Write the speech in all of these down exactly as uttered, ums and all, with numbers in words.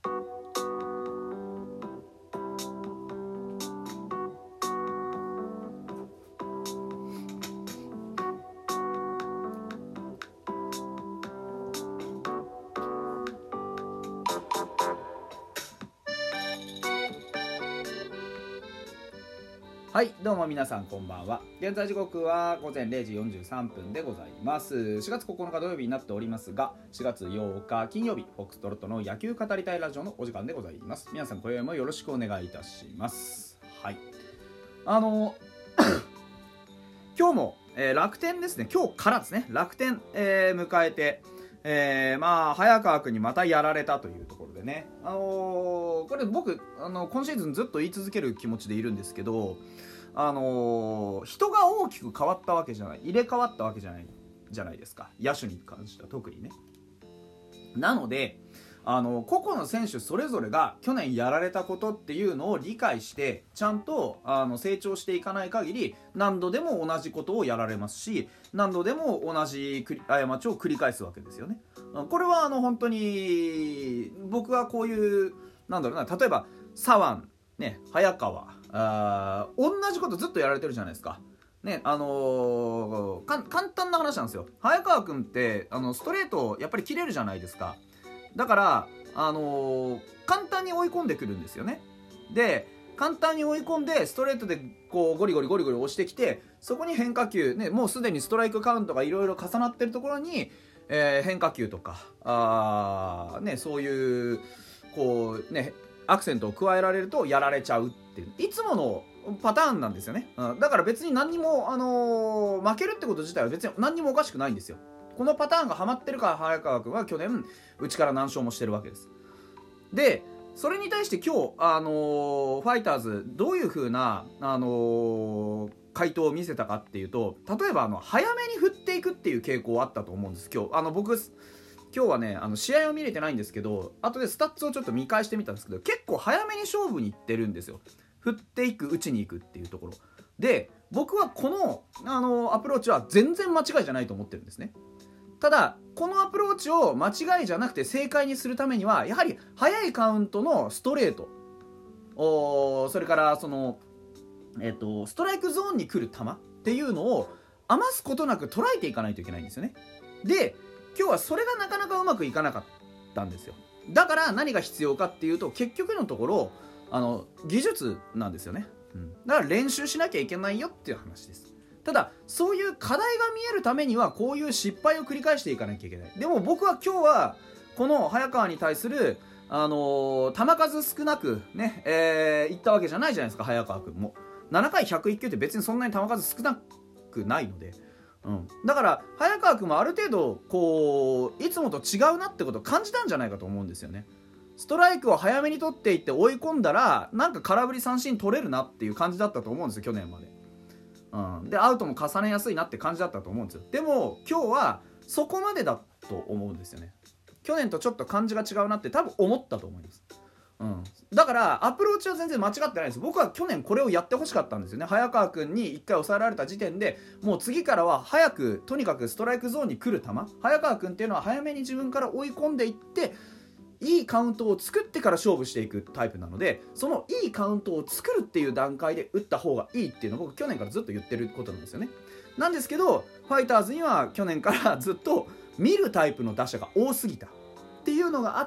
はい、どうも皆さんこんばんは。現在時刻はごぜんれいじよんじゅうさんぷんでございます。しがつここのか土曜日になっておりますが、しがつようか金曜日、フォックストロットの野球語りたいラジオのお時間でございます。皆さん今宵もよろしくお願いいたします。はい。あの今日も、えー、楽天ですね。今日からですね。楽天、えー、迎えて、えー、まあ早川君にまたやられたというところでね。あのー、これ僕あの今シーズンずっと言い続ける気持ちでいるんですけど。あのー、人が大きく変わったわけじゃない入れ替わったわけじゃないじゃないですか、野手に関しては特にね。なのであの個々の選手それぞれが去年やられたことっていうのを理解してちゃんとあの成長していかない限り何度でも同じことをやられますし、何度でも同じ過ちを繰り返すわけですよね。これはあの本当に僕はこういうなんだろうな、例えば左腕ね、早川あ同じことずっとやられてるじゃないですかね。あのー、か簡単な話なんですよ。早川君ってあのストレートやっぱり切れるじゃないですか。だからあのー、簡単に追い込んでくるんですよね。で簡単に追い込んでストレートでこうゴリゴリゴリゴリ押してきて、そこに変化球ね、もうすでにストライクカウントがいろいろ重なってるところに、えー、変化球とかあ、ね、そういうこうねアクセントを加えられるとやられちゃうっていういつものパターンなんですよね、うん、だから別に何にも、あのー、負けるってこと自体は別に何にもおかしくないんですよ。このパターンがハマってるから早川君は去年うちから何勝もしてるわけです。でそれに対して今日、あのー、ファイターズどういう風な、あのー、回答を見せたかっていうと、例えばあの早めに振っていくっていう傾向あったと思うんです。今日あの僕今日はねあの試合を見れてないんですけど、後でスタッツをちょっと見返してみたんですけど、結構早めに勝負にいってるんですよ。振っていく、打ちに行くっていうところで、僕はこの、あのアプローチは全然間違いじゃないと思ってるんですね。ただこのアプローチを間違いじゃなくて正解にするためにはやはり早いカウントのストレート、おそれからその、えっと、ストライクゾーンに来る球っていうのを余すことなく捉えていかないといけないんですよね。で今日はそれがなかなかうまくいかなかったんですよ。だから何が必要かっていうと、結局のところあの技術なんですよね、うん、だから練習しなきゃいけないよっていう話です。ただそういう課題が見えるためにはこういう失敗を繰り返していかなきゃいけない。でも僕は今日はこの早川に対するあのー、球数少なくね、えー、いったわけじゃないじゃないですか。早川君もななかいひゃくいっきゅうって別にそんなに球数少なくないので、うん、だから早川君もある程度こういつもと違うなってことを感じたんじゃないかと思うんですよね。ストライクを早めに取っていって追い込んだらなんか空振り三振取れるなっていう感じだったと思うんですよ、去年まで、うん、でアウトも重ねやすいなって感じだったと思うんですよ。でも今日はそこまでだと思うんですよね。去年とちょっと感じが違うなって多分思ったと思います。うん、だからアプローチは全然間違ってないです。僕は去年これをやってほしかったんですよね。早川君にいっかい抑えられた時点でもう次からは早くとにかくストライクゾーンに来る球、早川君っていうのは早めに自分から追い込んでいっていいカウントを作ってから勝負していくタイプなので、そのいいカウントを作るっていう段階で打った方がいいっていうのを僕去年からずっと言ってることなんですよね。なんですけどファイターズには去年からずっと見るタイプの打者が多すぎたっていうのがあって、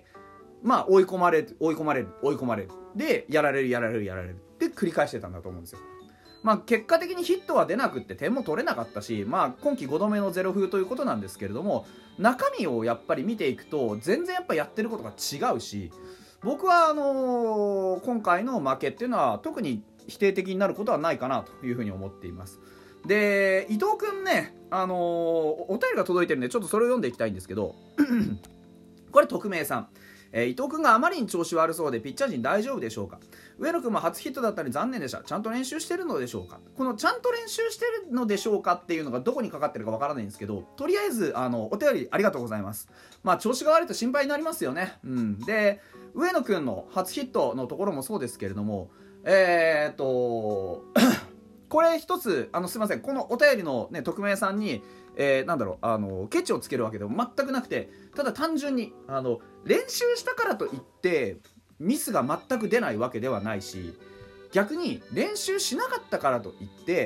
まあ追い込まれる追い込まれる追い込まれるでやられるやられるやられるって繰り返してたんだと思うんですよ。まあ結果的にヒットは出なくって点も取れなかったし、まあ今季ごどめのゼロ風ということなんですけれども、中身をやっぱり見ていくと全然やっぱやってることが違うし、僕はあのー、今回の負けっていうのは特に否定的になることはないかなというふうに思っています。で伊藤くんね、あのー、お便りが届いてるんでちょっとそれを読んでいきたいんですけどこれ匿名さん、えー、伊藤君があまりに調子悪そうでピッチャー陣大丈夫でしょうか。上野君も初ヒットだったり残念でした。ちゃんと練習してるのでしょうか。このちゃんと練習してるのでしょうかっていうのがどこにかかってるかわからないんですけど、とりあえずあのお便りありがとうございます。まあ調子が悪いと心配になりますよね、うん、で上野君の初ヒットのところもそうですけれども、えーっとこれ一つあのすいません、このお便りの、ね、匿名さんに、えー、なんだろうあのケチをつけるわけでも全くなくて、ただ単純にあの練習したからといってミスが全く出ないわけではないし、逆に練習しなかったからといって、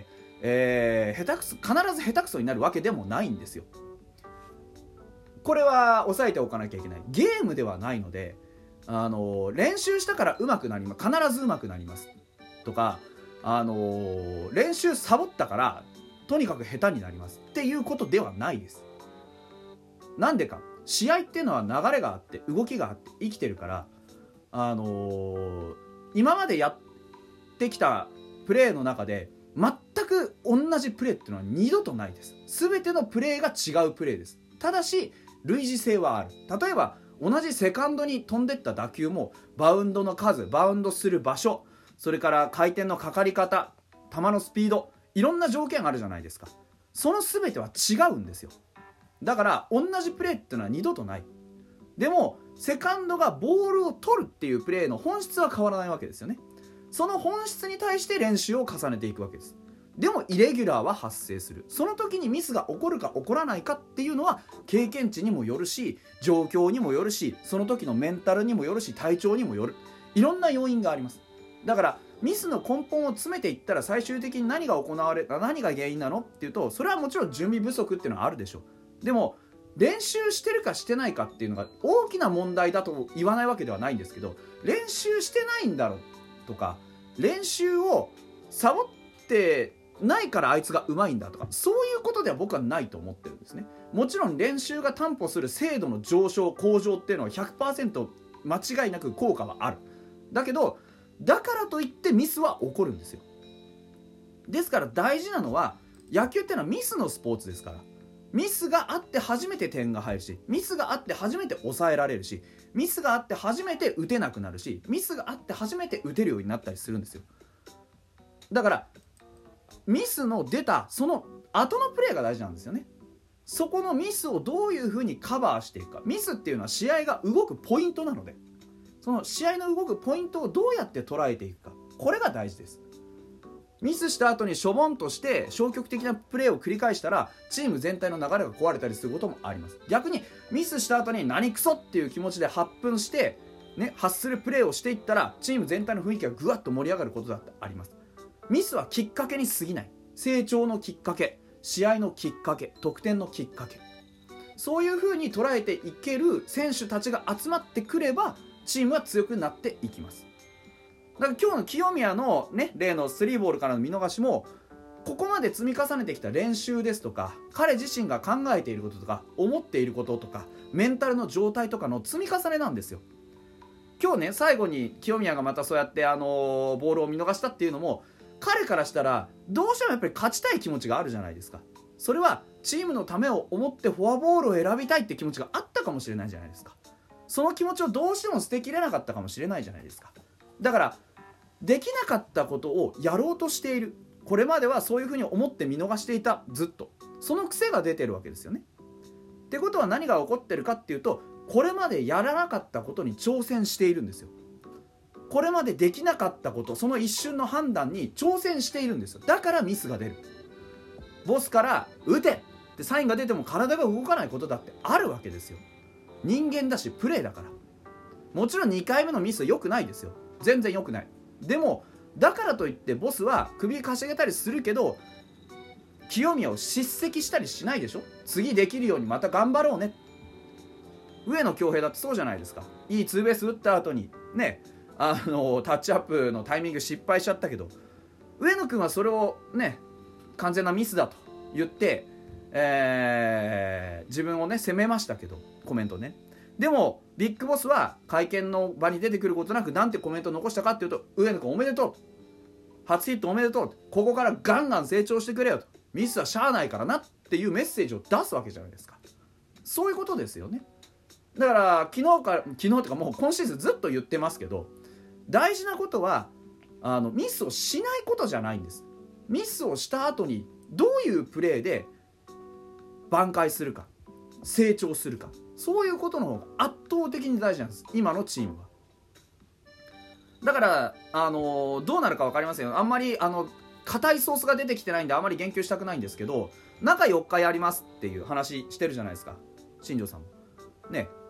えー、下手くそ必ず下手くそになるわけでもないんですよ。これは押さえておかなきゃいけない。ゲームではないので、あの練習したから上手くなります、必ず上手くなりますとか、あの練習サボったからとにかく下手になりますっていうことではないです。なんでか、試合っていうのは流れがあって動きがあって生きてるから、あのー、今までやってきたプレーの中で全く同じプレーっていうのは二度とないです。全てのプレーが違うプレーです。ただし類似性はある。例えば同じセカンドに飛んでった打球もバウンドの数、バウンドする場所、それから回転のかかり方、球のスピード、いろんな条件があるじゃないですか。その全ては違うんですよ。だから同じプレーっていうのは二度とない。でもセカンドがボールを取るっていうプレーの本質は変わらないわけですよね。その本質に対して練習を重ねていくわけです。でもイレギュラーは発生する。その時にミスが起こるか起こらないかっていうのは経験値にもよるし、状況にもよるし、その時のメンタルにもよるし、体調にもよる。いろんな要因があります。だからミスの根本を詰めていったら最終的に何が行われ何が原因なのっていうと、それはもちろん準備不足っていうのはあるでしょう。でも練習してるかしてないかっていうのが大きな問題だと言わないわけではないんですけど、練習してないんだろうとか、練習をサボってないからあいつが上手いんだとか、そういうことでは僕はないと思ってるんですね。もちろん練習が担保する精度の上昇向上っていうのは ひゃくパーセント 間違いなく効果はある。だけどだからといってミスは起こるんですよ。ですから大事なのは、野球っていうのはミスのスポーツですから、ミスがあって初めて点が入るし、ミスがあって初めて抑えられるし、ミスがあって初めて打てなくなるし、ミスがあって初めて打てるようになったりするんですよ。だからミスの出たその後のプレーが大事なんですよね。そこのミスをどういうふうにカバーしていくか。ミスっていうのは試合が動くポイントなので、その試合の動くポイントをどうやって捉えていくか、これが大事です。ミスした後にしょぼんとして消極的なプレーを繰り返したらチーム全体の流れが壊れたりすることもあります。逆にミスした後に何クソっていう気持ちで発奮して、ね、発するプレーをしていったらチーム全体の雰囲気がぐわっと盛り上がることだってあります。ミスはきっかけに過ぎない。成長のきっかけ、試合のきっかけ、得点のきっかけ、そういう風に捉えていける選手たちが集まってくればチームは強くなっていきます。だから今日の清宮のね、例のスリーボールからの見逃しも、ここまで積み重ねてきた練習ですとか、彼自身が考えていることとか思っていることとかメンタルの状態とかの積み重ねなんですよ。今日ね、最後に清宮がまたそうやってあのー、ボールを見逃したっていうのも、彼からしたらどうしてもやっぱり勝ちたい気持ちがあるじゃないですか。それはチームのためを思ってフォアボールを選びたいって気持ちがあったかもしれないじゃないですか。その気持ちをどうしても捨てきれなかったかもしれないじゃないですか。だからできなかったことをやろうとしている。これまではそういうふうに思って見逃していた、ずっとその癖が出てるわけですよね。ってことは何が起こってるかっていうと、これまでやらなかったことに挑戦しているんですよ。これまでできなかったこと、その一瞬の判断に挑戦しているんですよ。だからミスが出る。ボスから打てってサインが出ても体が動かないことだってあるわけですよ。人間だしプレーだから。もちろんにかいめのミスは良くないですよ。全然良くない。でもだからといってボスは首かしげたりするけど、清宮を叱責したりしないでしょ。次できるようにまた頑張ろうね。上野恭平だってそうじゃないですか。いいツーベース打った後にね、あのタッチアップのタイミング失敗しちゃったけど、上野君はそれをね、完全なミスだと言って、えー、自分をね責めましたけど、コメントね。でもビッグボスは会見の場に出てくることなくなんてコメントを残したかっていうと、上野君おめでとう、初ヒットおめでとう、ここからガンガン成長してくれよと、ミスはしゃあないからなっていうメッセージを出すわけじゃないですか。そういうことですよね。だから昨日から昨日というかもう今シーズンずっと言ってますけど、大事なことはあのミスをしないことじゃないんです。ミスをした後にどういうプレーで挽回するか、成長するか、そういうことの方が圧倒的に大事なんです、今のチームは。だからあのどうなるか分かりませんよ。あんまりあの硬いソースが出てきてないんであんまり言及したくないんですけど、中よっかやりますっていう話してるじゃないですか、新庄さんもね。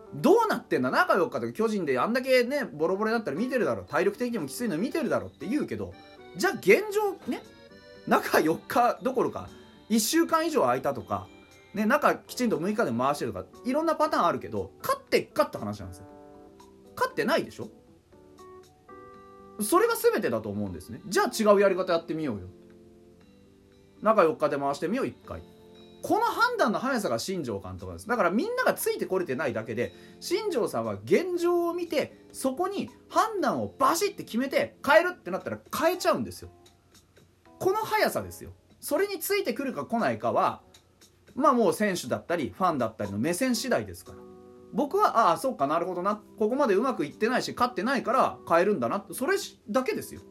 どうなってんだ、中よっかとか巨人であんだけねボロボロだったら見てるだろう、体力的にもきついの見てるだろうって言うけど、じゃあ現状ね、中よっかどころかいっしゅうかん以上空いたとかね、中きちんとむいかで回してるとかいろんなパターンあるけど、勝ってっかって話なんですよ。勝ってないでしょ。それが全てだと思うんですね。じゃあ違うやり方やってみようよ。中よっかで回してみよういっかい。この判断の速さが新庄監督なんです。だからみんながついてこれてないだけで、新庄さんは現状を見てそこに判断をバシッて決めて変えるってなったら変えちゃうんですよ。この速さですよ。それについてくるか来ないかはまあもう選手だったりファンだったりの目線次第ですから、僕はああそうかなるほどな、ここまでうまくいってないし勝ってないから変えるんだな、それだけですよ。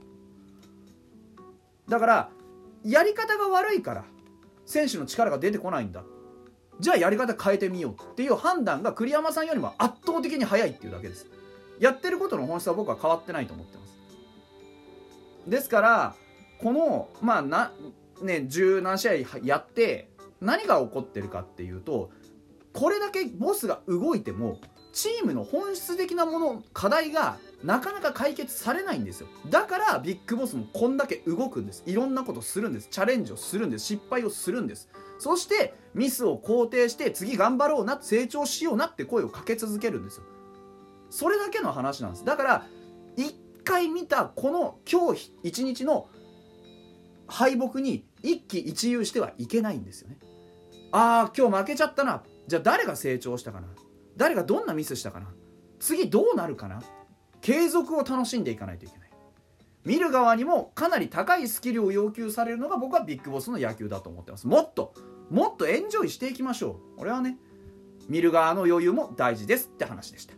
だからやり方が悪いから選手の力が出てこないんだ、じゃあやり方変えてみようっていう判断が栗山さんよりも圧倒的に早いっていうだけです。やってることの本質は僕は変わってないと思ってます。ですからこのまあなね十何試合やって何が起こってるかっていうと、これだけボスが動いてもチームの本質的なもの課題がなかなか解決されないんですよ。だからビッグボスもこんだけ動くんです。いろんなことするんです。チャレンジをするんです。失敗をするんです。そしてミスを肯定して次頑張ろうな、成長しようなって声をかけ続けるんですよ。それだけの話なんです。だから一回見たこの今日一日の敗北に一喜一憂してはいけないんですよね。ああ今日負けちゃったな、じゃあ誰が成長したかな、誰がどんなミスしたかな、次どうなるかな、継続を楽しんでいかないといけない。見る側にもかなり高いスキルを要求されるのが僕はビッグボスの野球だと思ってます。もっともっとエンジョイしていきましょう。俺はね、見る側の余裕も大事ですって話でした。